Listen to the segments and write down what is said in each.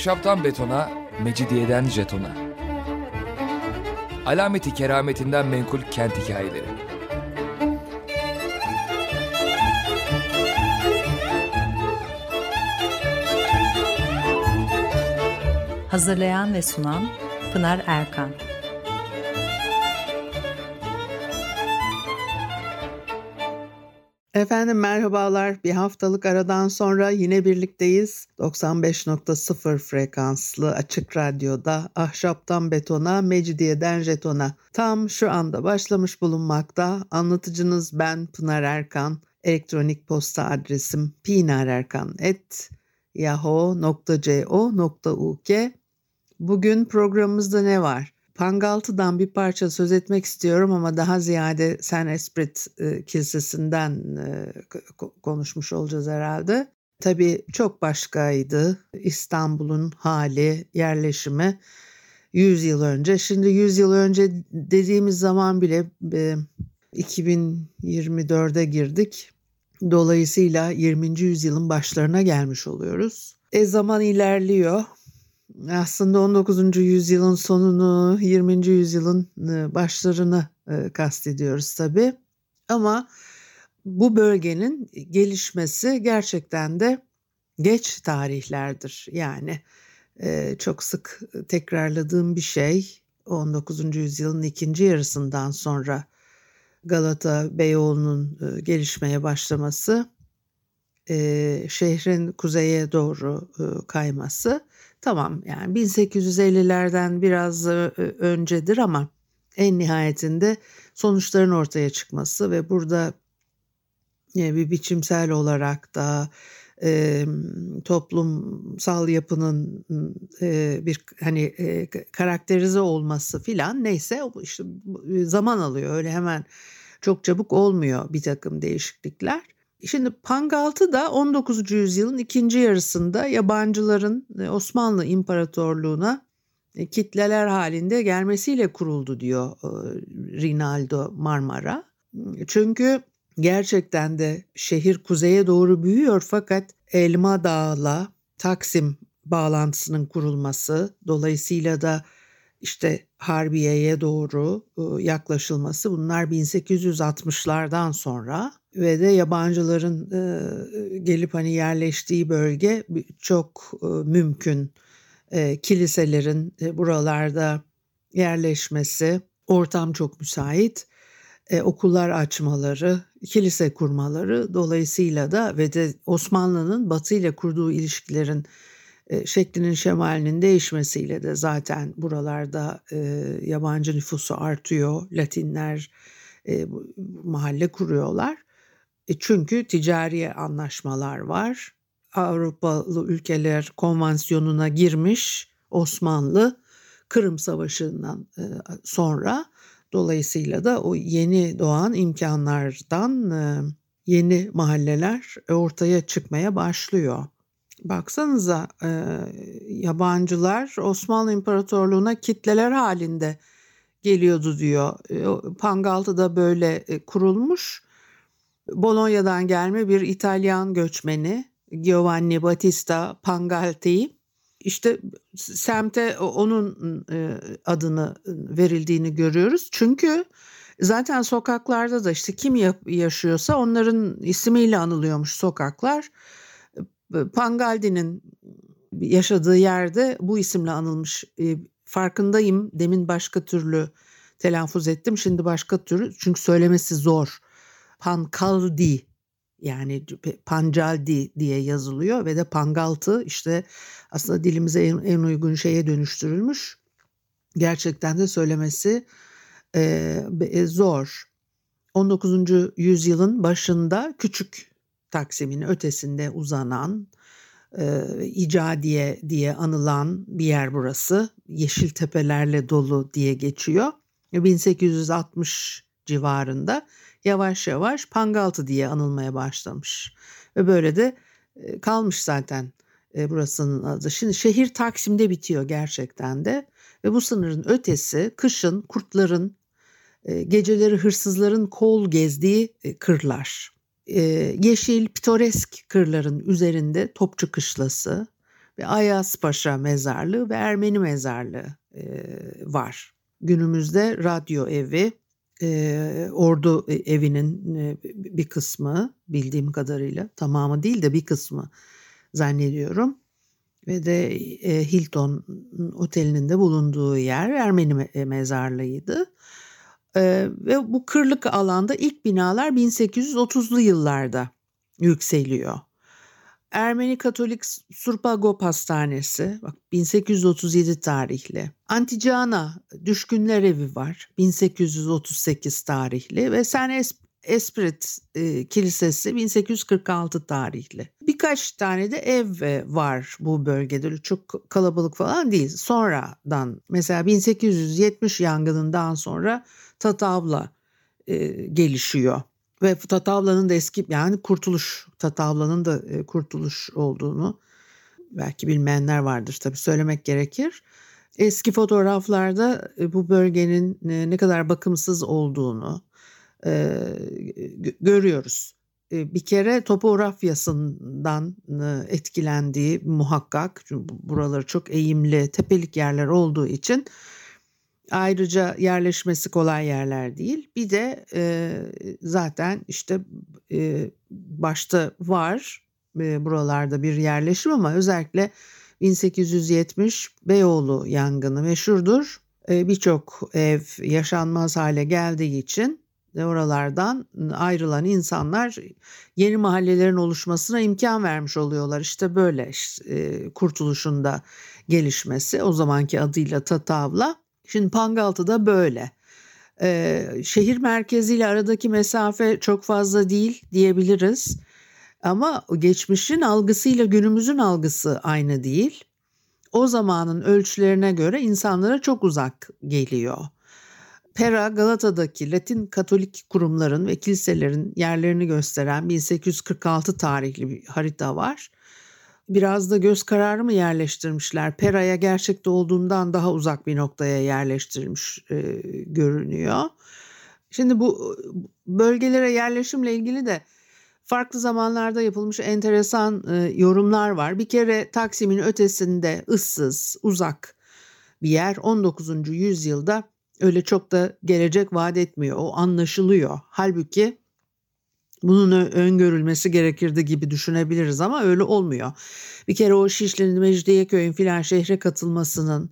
Ahşaptan betona, mecidiyeden jetona. Alameti kerametinden menkul kent hikayeleri. Hazırlayan ve sunan Pınar Erkan. Efendim merhabalar. Bir haftalık aradan sonra yine birlikteyiz. 95.0 frekanslı açık radyoda Ahşaptan betona, mecidiyeden jetona. Tam şu anda başlamış bulunmakta. Anlatıcınız ben Pınar Erkan. Elektronik posta adresim pinarerkan@yahoo.co.uk. Bugün programımızda ne var? Pangaltı'dan bir parça söz etmek istiyorum ama daha ziyade Saint Esprit Kilisesi'nden konuşmuş olacağız herhalde. Tabii çok başkaydı İstanbul'un hali, yerleşimi 100 yıl önce. Şimdi 100 yıl önce dediğimiz zaman bile 2024'e girdik. Dolayısıyla 20. yüzyılın başlarına gelmiş oluyoruz. Zaman ilerliyor. Aslında 19. yüzyılın sonunu, 20. yüzyılın başlarını kastediyoruz tabii. Ama bu bölgenin gelişmesi gerçekten de geç tarihlerdir. Yani çok sık tekrarladığım bir şey 19. yüzyılın ikinci yarısından sonra Galata Beyoğlu'nun gelişmeye başlaması, şehrin kuzeye doğru kayması. Tamam, yani 1850'lerden biraz öncedir ama en nihayetinde sonuçların ortaya çıkması ve burada bir biçimsel olarak da toplumsal yapının bir karakterize olması filan, neyse işte zaman alıyor, öyle hemen çok çabuk olmuyor bir takım değişiklikler. Şimdi Pangaltı da 19. yüzyılın ikinci yarısında yabancıların Osmanlı İmparatorluğu'na kitleler halinde gelmesiyle kuruldu diyor Rinaldo Marmara. Çünkü gerçekten de şehir kuzeye doğru büyüyor fakat Elma Dağı'la Taksim bağlantısının kurulması, dolayısıyla da işte Harbiye'ye doğru yaklaşılması, bunlar 1860'lardan sonra ve de yabancıların gelip yerleştiği bölge çok mümkün. Kiliselerin buralarda yerleşmesi, ortam çok müsait, okullar açmaları, kilise kurmaları, dolayısıyla da ve de Osmanlı'nın Batı ile kurduğu ilişkilerin şeklinin şemalinin değişmesiyle de zaten buralarda yabancı nüfusu artıyor. Latinler mahalle kuruyorlar. Çünkü ticari anlaşmalar var. Avrupalı ülkeler konvansiyonuna girmiş Osmanlı Kırım Savaşı'ndan sonra, dolayısıyla da o yeni doğan imkanlardan yeni mahalleler ortaya çıkmaya başlıyor. Baksanıza, yabancılar Osmanlı İmparatorluğu'na kitleler halinde geliyordu diyor. Pangaltı da böyle kurulmuş. Bolonya'dan gelme bir İtalyan göçmeni Giovanni Battista Pangalti, işte semte onun adını verildiğini görüyoruz. Çünkü zaten sokaklarda da işte kim yaşıyorsa onların ismiyle anılıyormuş sokaklar. Pangaldi'nin yaşadığı yerde bu isimle anılmış. Farkındayım, demin başka türlü telaffuz ettim, şimdi başka türlü, çünkü söylemesi zor. Pankaldi, yani Pancaldi diye yazılıyor ve de Pangaltı işte aslında dilimize en uygun şeye dönüştürülmüş. Gerçekten de söylemesi zor. 19. yüzyılın başında Küçük Taksim'in ötesinde uzanan İcadiye diye anılan bir yer burası. Yeşil tepelerle dolu diye geçiyor. 1860 civarında yavaş yavaş Pangaltı diye anılmaya başlamış. Ve böyle de kalmış zaten burasının adı. Şimdi şehir Taksim'de bitiyor gerçekten de. Ve bu sınırın ötesi kışın kurtların, geceleri hırsızların kol gezdiği kırlar. Yeşil, pitoresk kırların üzerinde Topçu Kışlası, ve Ayaspaşa mezarlığı ve Ermeni mezarlığı var. Günümüzde radyo evi, ordu evinin bir kısmı, bildiğim kadarıyla tamamı değil de bir kısmı zannediyorum. Ve de Hilton Oteli'nin de bulunduğu yer Ermeni mezarlığıydı. Ve bu kırlık alanda ilk binalar 1830'lu yıllarda yükseliyor. Ermeni Katolik Surpagop Hastanesi, bak 1837 tarihli. Anticana Düşkünler Evi var, 1838 tarihli ve Saint Esprit Kilisesi 1846 tarihli. Birkaç tane de ev var bu bölgede. Çok kalabalık falan değil. Sonradan mesela 1870 yangınından sonra Tatavla gelişiyor. Ve Tatavla'nın da eski Tatavla'nın da Kurtuluş olduğunu belki bilmeyenler vardır, tabii söylemek gerekir. Eski fotoğraflarda bu bölgenin ne kadar bakımsız olduğunu görüyoruz. Bir kere topografyasından etkilendiği muhakkak. Çünkü buraları çok eğimli, tepelik yerler olduğu için ayrıca yerleşmesi kolay yerler değil. Bir de zaten işte başta var buralarda bir yerleşim ama özellikle 1870 Beyoğlu yangını meşhurdur. Birçok ev yaşanmaz hale geldiği için oralardan ayrılan insanlar yeni mahallelerin oluşmasına imkan vermiş oluyorlar. İşte böyle Kurtuluş'un da gelişmesi, o zamanki adıyla Tatavla. Şimdi Pangaltı'da böyle. Şehir merkeziyle aradaki mesafe çok fazla değil diyebiliriz. Ama geçmişin algısıyla günümüzün algısı aynı değil. O zamanın ölçülerine göre insanlara çok uzak geliyor. Pera, Galata'daki Latin Katolik kurumların ve kiliselerin yerlerini gösteren 1846 tarihli bir harita var. Biraz da göz kararı mı yerleştirmişler? Pera'ya gerçekte olduğundan daha uzak bir noktaya yerleştirilmiş görünüyor. Şimdi bu bölgelere yerleşimle ilgili de farklı zamanlarda yapılmış enteresan yorumlar var. Bir kere Taksim'in ötesinde ıssız, uzak bir yer 19. yüzyılda öyle çok da gelecek vaat etmiyor. O anlaşılıyor. Halbuki bunun öngörülmesi gerekirdi gibi düşünebiliriz ama öyle olmuyor. Bir kere o Şişli'nin, Mecidiyeköy'ün filan şehre katılmasının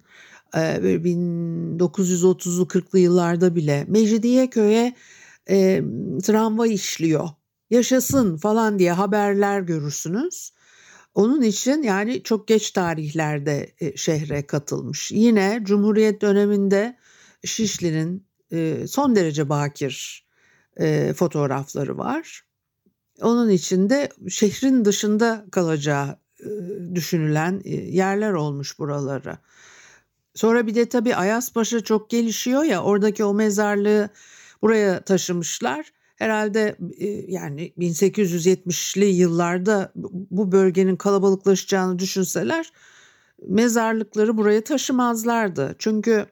1930'lu 40'lı yıllarda bile Mecidiyeköy'e tramvay işliyor, yaşasın falan diye haberler görürsünüz. Onun için yani çok geç tarihlerde şehre katılmış. Yine Cumhuriyet döneminde Şişli'nin son derece bakir fotoğrafları var. Onun içinde şehrin dışında kalacağı düşünülen yerler olmuş buraları. Sonra bir de tabii Ayaspaşa çok gelişiyor ya, oradaki o mezarlığı buraya taşımışlar. Herhalde yani 1870'li yıllarda bu bölgenin kalabalıklaşacağını düşünseler mezarlıkları buraya taşımazlardı. Çünkü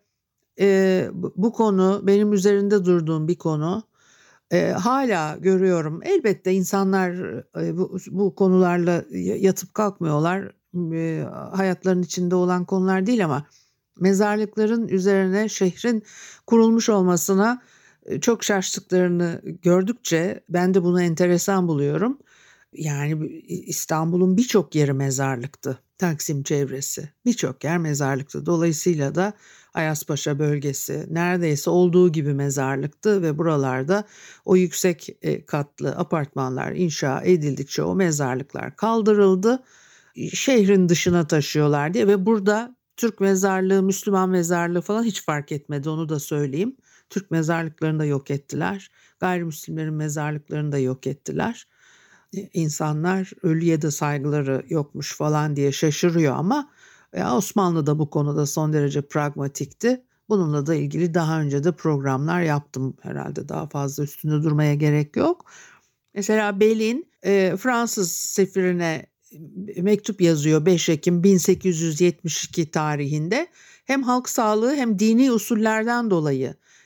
bu konu benim üzerinde durduğum bir konu. Hala görüyorum. Elbette insanlar bu konularla yatıp kalkmıyorlar. Hayatlarının içinde olan konular değil ama mezarlıkların üzerine şehrin kurulmuş olmasına çok şaştıklarını gördükçe ben de bunu enteresan buluyorum. Yani İstanbul'un birçok yeri mezarlıktı. Taksim çevresi birçok yer mezarlıktı. Dolayısıyla da Ayaspaşa bölgesi neredeyse olduğu gibi mezarlıktı ve buralarda o yüksek katlı apartmanlar inşa edildikçe o mezarlıklar kaldırıldı. Şehrin dışına taşıyorlar diye ve burada Türk mezarlığı, Müslüman mezarlığı falan hiç fark etmedi, onu da söyleyeyim. Türk mezarlıklarını da yok ettiler. Gayrimüslimlerin mezarlıklarını da yok ettiler. İnsanlar ölüye de saygıları yokmuş falan diye şaşırıyor ama Osmanlı da bu konuda son derece pragmatikti. Bununla da ilgili daha önce de programlar yaptım, herhalde daha fazla üstünde durmaya gerek yok. Mesela Belin Fransız sefirine mektup yazıyor 5 Ekim 1872 tarihinde. Hem halk sağlığı hem dini usullerden dolayı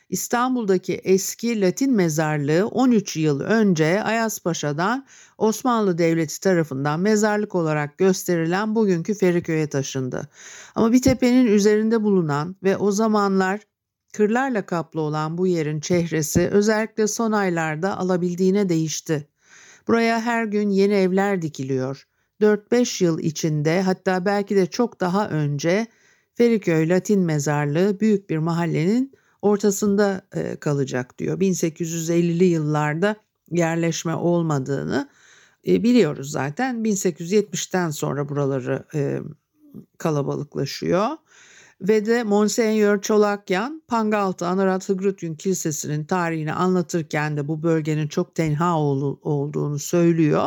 İstanbul'daki eski Latin mezarlığı 13 yıl önce Ayazpaşa'dan Osmanlı Devleti tarafından mezarlık olarak gösterilen bugünkü Feriköy'e taşındı. Ama bir tepenin üzerinde bulunan ve o zamanlar kırlarla kaplı olan bu yerin çehresi özellikle son aylarda alabildiğine değişti. Buraya her gün yeni evler dikiliyor. 4-5 yıl içinde, hatta belki de çok daha önce Feriköy Latin mezarlığı büyük bir mahallenin ortasında kalacak diyor. 1850'li yıllarda yerleşme olmadığını biliyoruz zaten. 1870'ten sonra buraları kalabalıklaşıyor. Ve de Monsenyör Çolakyan, Pangaltı Anarat Hıgrıtgün Kilisesi'nin tarihini anlatırken de bu bölgenin çok tenha olduğunu söylüyor.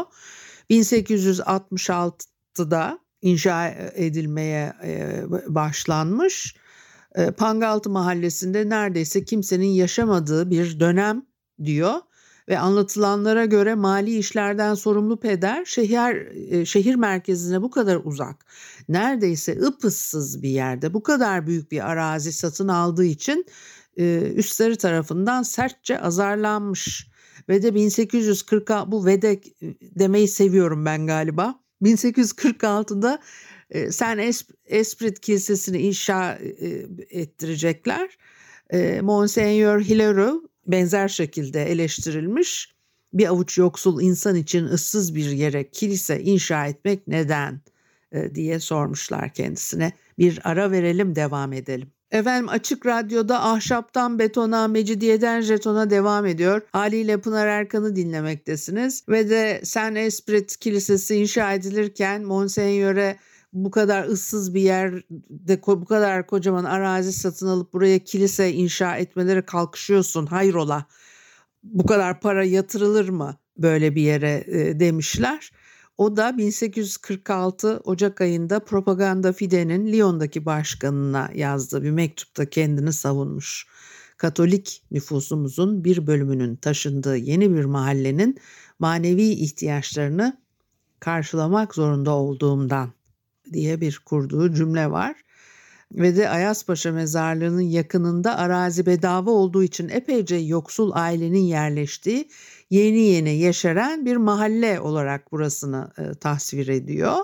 1866'da inşa edilmeye başlanmış. Pangaltı mahallesinde neredeyse kimsenin yaşamadığı bir dönem diyor. Ve anlatılanlara göre mali işlerden sorumlu peder şehir merkezine bu kadar uzak, neredeyse ıpıssız bir yerde bu kadar büyük bir arazi satın aldığı için üstleri tarafından sertçe azarlanmış. Ve de 1840, bu ve de demeyi seviyorum ben galiba, 1846'da Saint Esprit Kilisesi'ni inşa ettirecekler. Monseigneur Hilaire benzer şekilde eleştirilmiş. Bir avuç yoksul insan için ıssız bir yere kilise inşa etmek neden diye sormuşlar kendisine. Bir ara verelim, devam edelim. Efendim, Açık Radyo'da Ahşaptan Betona, Mecidiyeden Jeton'a devam ediyor. Haliyle Pınar Erkan'ı dinlemektesiniz. Ve de Saint Esprit Kilisesi inşa edilirken Monsenyör'e bu kadar ıssız bir yerde bu kadar kocaman arazi satın alıp buraya kilise inşa etmeleri kalkışıyorsun, hayrola, bu kadar para yatırılır mı böyle bir yere demişler. O da 1846 Ocak ayında Propaganda Fide'nin Lyon'daki başkanına yazdığı bir mektupta kendini savunmuş. Katolik nüfusumuzun bir bölümünün taşındığı yeni bir mahallenin manevi ihtiyaçlarını karşılamak zorunda olduğumdan diye bir kurduğu cümle var. Ve de Ayazpaşa mezarlığının yakınında arazi bedava olduğu için epeyce yoksul ailenin yerleştiği yeni yeşeren bir mahalle olarak burasını tasvir ediyor.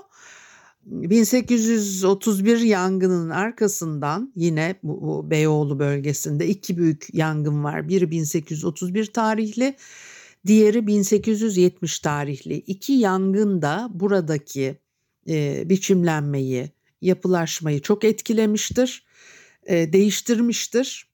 1831 yangının arkasından yine bu Beyoğlu bölgesinde iki büyük yangın var. Biri 1831 tarihli, diğeri 1870 tarihli. İki yangın da buradaki biçimlenmeyi, yapılaşmayı çok etkilemiştir, değiştirmiştir.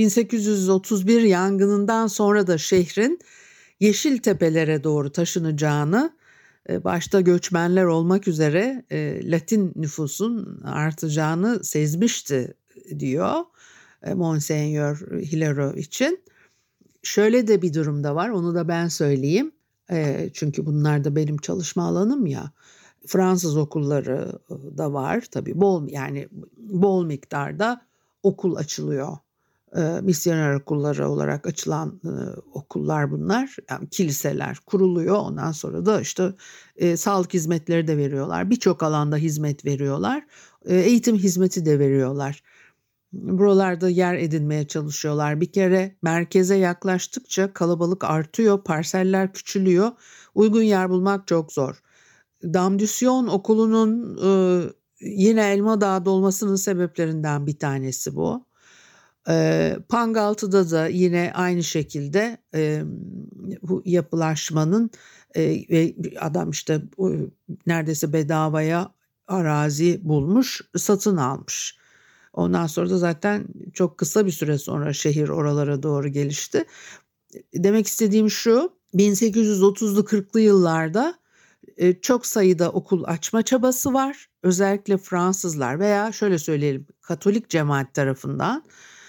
1831 yangınından sonra da şehrin Yeşiltepelere doğru taşınacağını, başta göçmenler olmak üzere Latin nüfusun artacağını sezmişti diyor Monseigneur Hilaire için. Şöyle de bir durumda var, onu da ben söyleyeyim. Çünkü bunlar da benim çalışma alanım ya. Fransız okulları da var tabii, bol miktarda okul açılıyor. Misyoner okulları olarak açılan okullar bunlar. Yani kiliseler kuruluyor, ondan sonra da işte sağlık hizmetleri de veriyorlar. Birçok alanda hizmet veriyorlar. Eğitim hizmeti de veriyorlar. Buralarda yer edinmeye çalışıyorlar. Bir kere merkeze yaklaştıkça kalabalık artıyor, parseller küçülüyor. Uygun yer bulmak çok zor. Damdüsyon okulunun yine Elmadağ'da olmasının sebeplerinden bir tanesi bu. Pangaltı'da da yine aynı şekilde bu yapılaşmanın ve adam işte neredeyse bedavaya arazi bulmuş, satın almış. Ondan sonra da zaten çok kısa bir süre sonra şehir oralara doğru gelişti. Demek istediğim şu, 1830'lu 40'lı yıllarda çok sayıda okul açma çabası var. Özellikle Fransızlar veya şöyle söyleyelim, Katolik cemaat tarafından,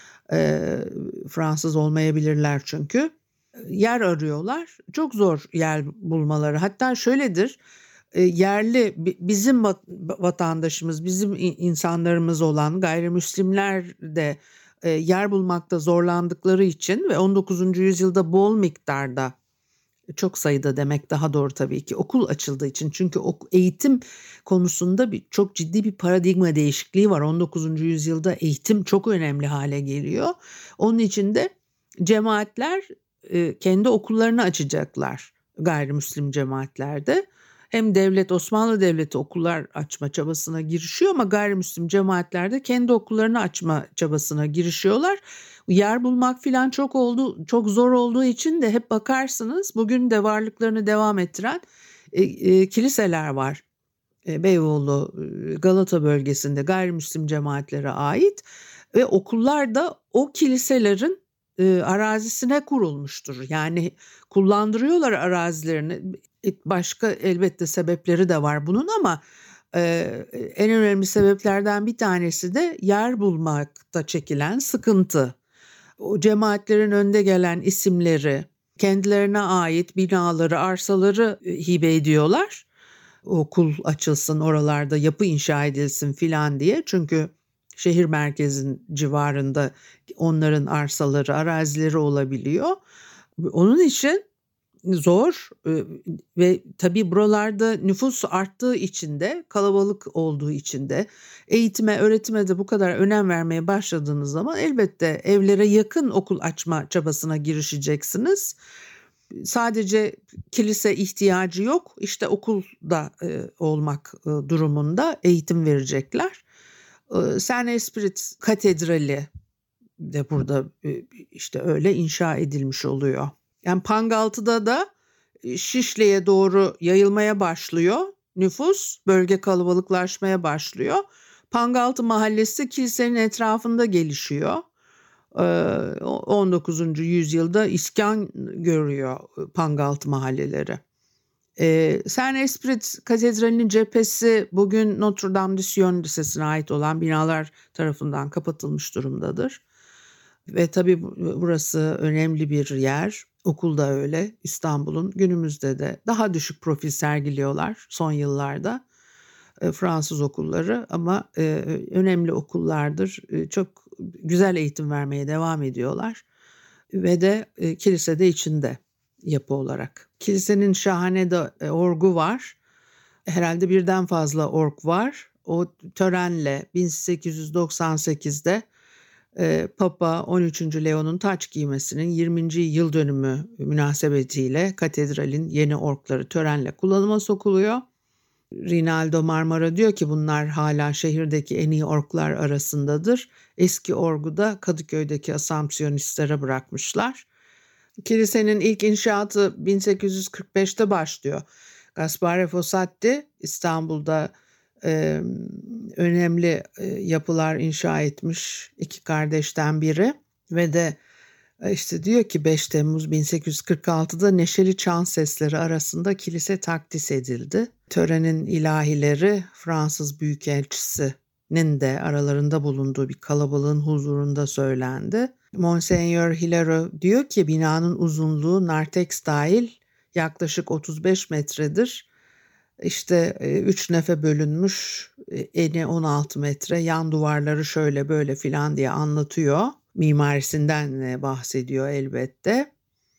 Fransız olmayabilirler çünkü, yer arıyorlar. Çok zor yer bulmaları. Hatta şöyledir, yerli bizim vatandaşımız, bizim insanlarımız olan gayrimüslimler de yer bulmakta zorlandıkları için ve 19. yüzyılda bol miktarda, çok sayıda demek daha doğru tabii ki, okul açıldığı için, çünkü eğitim konusunda çok ciddi bir paradigma değişikliği var. 19. yüzyılda eğitim çok önemli hale geliyor. Onun için de Cemaatler kendi okullarını açacaklar, gayrimüslim cemaatlerde. Hem Osmanlı Devleti okullar açma çabasına girişiyor ama gayrimüslim cemaatlerde kendi okullarını açma çabasına girişiyorlar. Yer bulmak filan çok zor olduğu için de hep bakarsınız bugün de varlıklarını devam ettiren kiliseler var. Beyoğlu, Galata bölgesinde gayrimüslim cemaatlere ait ve okullar da o kiliselerin arazisine kurulmuştur. Yani kullandırıyorlar arazilerini. Başka elbette sebepleri de var bunun ama en önemli sebeplerden bir tanesi de yer bulmakta çekilen sıkıntı. O cemaatlerin önde gelen isimleri, kendilerine ait binaları, arsaları hibe ediyorlar. Okul açılsın, oralarda yapı inşa edilsin filan diye. Çünkü şehir merkezin civarında onların arsaları, arazileri olabiliyor. Onun için zor ve tabii buralarda nüfus arttığı için de, kalabalık olduğu için de, eğitime, öğretime de bu kadar önem vermeye başladığınız zaman elbette evlere yakın okul açma çabasına girişeceksiniz. Sadece kilise ihtiyacı yok, işte okulda olmak durumunda eğitim verecekler. Saint Esprit Katedrali de burada işte öyle inşa edilmiş oluyor. Yani Pangaltı'da da Şişli'ye doğru yayılmaya başlıyor nüfus, bölge kalabalıklaşmaya başlıyor. Pangaltı mahallesi kilisenin etrafında gelişiyor. 19. yüzyılda iskan görüyor Pangaltı mahalleleri. Saint Esprit Katedrali'nin cephesi bugün Notre Dame de Sion Lisesi'ne ait olan binalar tarafından kapatılmış durumdadır. Ve tabii burası önemli bir yer. Okul da öyle. İstanbul'un günümüzde de daha düşük profil sergiliyorlar son yıllarda. Fransız okulları ama önemli okullardır. Çok güzel eğitim vermeye devam ediyorlar. Ve de kilise de içinde yapı olarak. Kilisenin şahane de orgu var. Herhalde birden fazla org var. O törenle 1898'de Papa 13. Leo'nun taç giymesinin 20. yıl dönümü münasebetiyle katedralin yeni orgları törenle kullanıma sokuluyor. Rinaldo Marmara diyor ki bunlar hala şehirdeki en iyi orglar arasındadır. Eski orgu da Kadıköy'deki Asampsiyonistlere bırakmışlar. Kilisenin ilk inşaatı 1845'te başlıyor. Gaspare Fossati İstanbul'da önemli yapılar inşa etmiş, iki kardeşten biri ve de işte diyor ki 5 Temmuz 1846'da neşeli çan sesleri arasında kilise takdis edildi. Törenin ilahileri Fransız Büyükelçisi'nin de aralarında bulunduğu bir kalabalığın huzurunda söylendi. Monseigneur Hilaro diyor ki binanın uzunluğu narteks dahil yaklaşık 35 metredir. İşte 3 nefe bölünmüş, eni 16 metre, yan duvarları şöyle böyle filan diye anlatıyor. Mimarisinden bahsediyor elbette.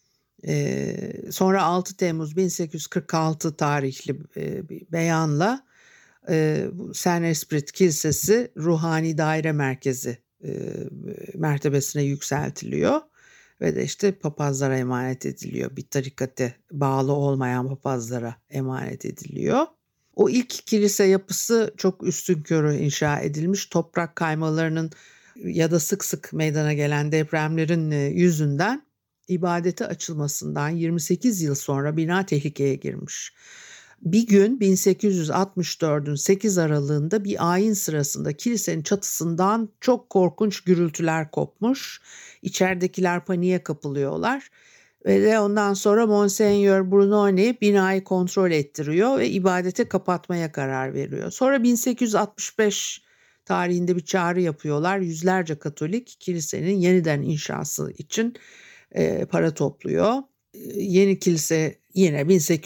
Sonra 6 Temmuz 1846 tarihli beyanla Saint Esprit Kilisesi ruhani daire merkezi mertebesine yükseltiliyor. Ve de işte papazlara emanet ediliyor. Bir tarikate bağlı olmayan papazlara emanet ediliyor. O ilk kilise yapısı çok üstünkörü inşa edilmiş. Toprak kaymalarının ya da sık sık meydana gelen depremlerin yüzünden ibadete açılmasından 28 yıl sonra bina tehlikeye girmiş. Bir gün 1864'ün 8 Aralığında bir ayin sırasında kilisenin çatısından çok korkunç gürültüler kopmuş. İçeridekiler paniğe kapılıyorlar ve de ondan sonra Monseigneur Brunoni binayı kontrol ettiriyor ve ibadete kapatmaya karar veriyor. Sonra 1865 tarihinde bir çağrı yapıyorlar. Yüzlerce Katolik kilisenin yeniden inşası için para topluyor. Yeni kilise yine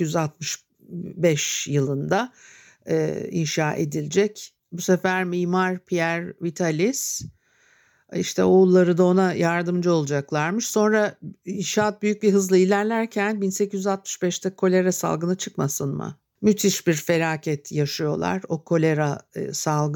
1865 yılında inşa edilecek. Bu sefer mimar Pierre Vitalis, işte oğulları da ona yardımcı olacaklarmış. Sonra inşaat büyük bir hızla ilerlerken 1865'te kolera salgını çıkmasın mı? Müthiş bir felaket yaşıyorlar o kolera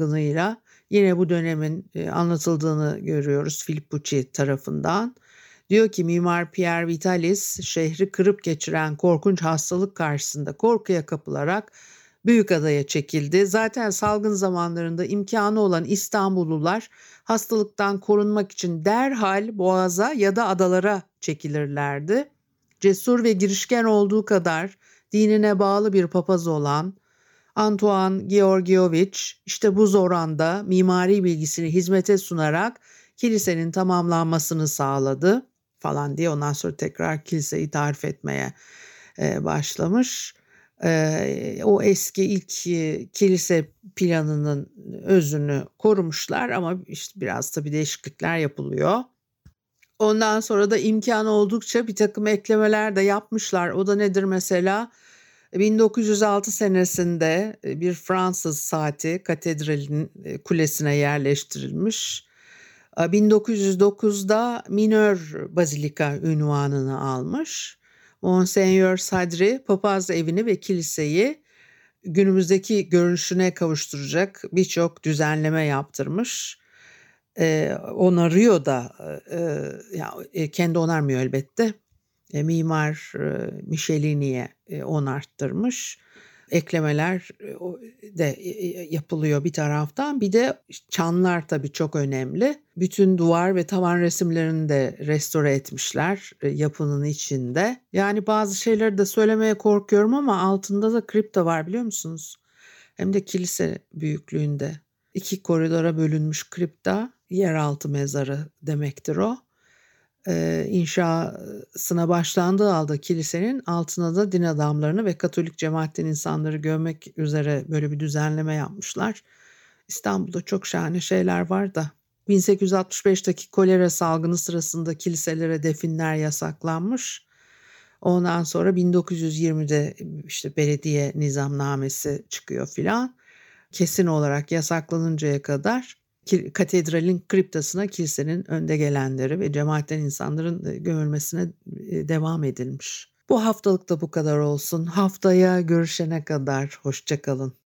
salgınıyla. Yine bu dönemin anlatıldığını görüyoruz Filippucci tarafından. Diyor ki Mimar Pierre Vitalis şehri kırıp geçiren korkunç hastalık karşısında korkuya kapılarak Büyükada'ya çekildi. Zaten salgın zamanlarında imkanı olan İstanbullular hastalıktan korunmak için derhal Boğaz'a ya da adalara çekilirlerdi. Cesur ve girişken olduğu kadar dinine bağlı bir papaz olan Antoine Georgievich işte bu zoranda mimari bilgisini hizmete sunarak kilisenin tamamlanmasını sağladı falan diye ondan sonra tekrar kiliseyi tarif etmeye başlamış. O eski ilk kilise planının özünü korumuşlar ama işte biraz tabii değişiklikler yapılıyor. Ondan sonra da imkanı oldukça bir takım eklemeler de yapmışlar. O da nedir mesela? 1906 senesinde bir Fransız saati katedralin kulesine yerleştirilmiş. 1909'da minör bazilika ünvanını almış. Monseigneur Sadri papaz evini ve kiliseyi günümüzdeki görünüşüne kavuşturacak birçok düzenleme yaptırmış. Onarıyor da kendi onarmıyor elbette. Mimar Michelini'ye onarttırmış. Eklemeler de yapılıyor bir taraftan. Bir de çanlar tabii çok önemli. Bütün duvar ve tavan resimlerini de restore etmişler yapının içinde. Yani bazı şeyleri de söylemeye korkuyorum ama altında da kripta var biliyor musunuz? Hem de kilise büyüklüğünde. 2 koridora bölünmüş kripta, yeraltı mezarı demektir o. İnşasına başlandığı halde kilisenin altına da din adamlarını ve Katolik cemaatten insanları gömmek üzere böyle bir düzenleme yapmışlar. İstanbul'da çok şahane şeyler var da 1865'teki kolera salgını sırasında kiliselere definler yasaklanmış. Ondan sonra 1920'de işte belediye nizamnamesi çıkıyor filan. Kesin olarak yasaklanıncaya kadar katedralin kriptasına kilisenin önde gelenleri ve cemaatten insanların gömülmesine devam edilmiş. Bu haftalık da bu kadar olsun. Haftaya görüşene kadar hoşça kalın.